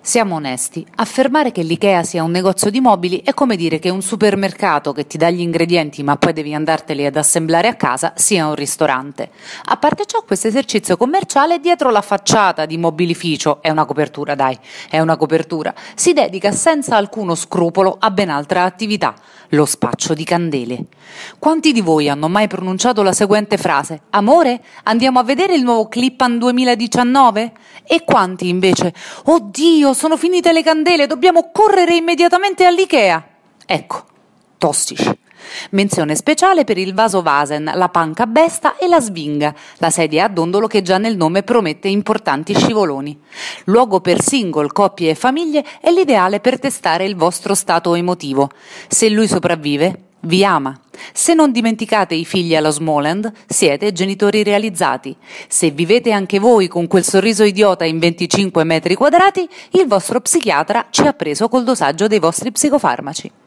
Siamo onesti, affermare che l'IKEA sia un negozio di mobili è come dire che un supermercato che ti dà gli ingredienti ma poi devi andarteli ad assemblare a casa sia un ristorante. A parte ciò, questo esercizio commerciale dietro la facciata di mobilificio, è una copertura, si dedica senza alcuno scrupolo a ben altra attività, lo spaccio di candele. Quanti di voi hanno mai pronunciato la seguente frase: amore, andiamo a vedere il nuovo Clip-On 2019? E quanti invece: oddio, sono finite le candele, dobbiamo correre immediatamente all'IKEA. Ecco, tossici. Menzione speciale per il vaso Vasen, la panca Besta e la Svinga, la sedia a dondolo che già nel nome promette importanti scivoloni. Luogo per single, coppie e famiglie è l'ideale per testare il vostro stato emotivo. Se lui sopravvive, vi ama. Se non dimenticate i figli alla Smoland, siete genitori realizzati. Se vivete anche voi con quel sorriso idiota in 25 metri quadrati, il vostro psichiatra ci ha preso col dosaggio dei vostri psicofarmaci.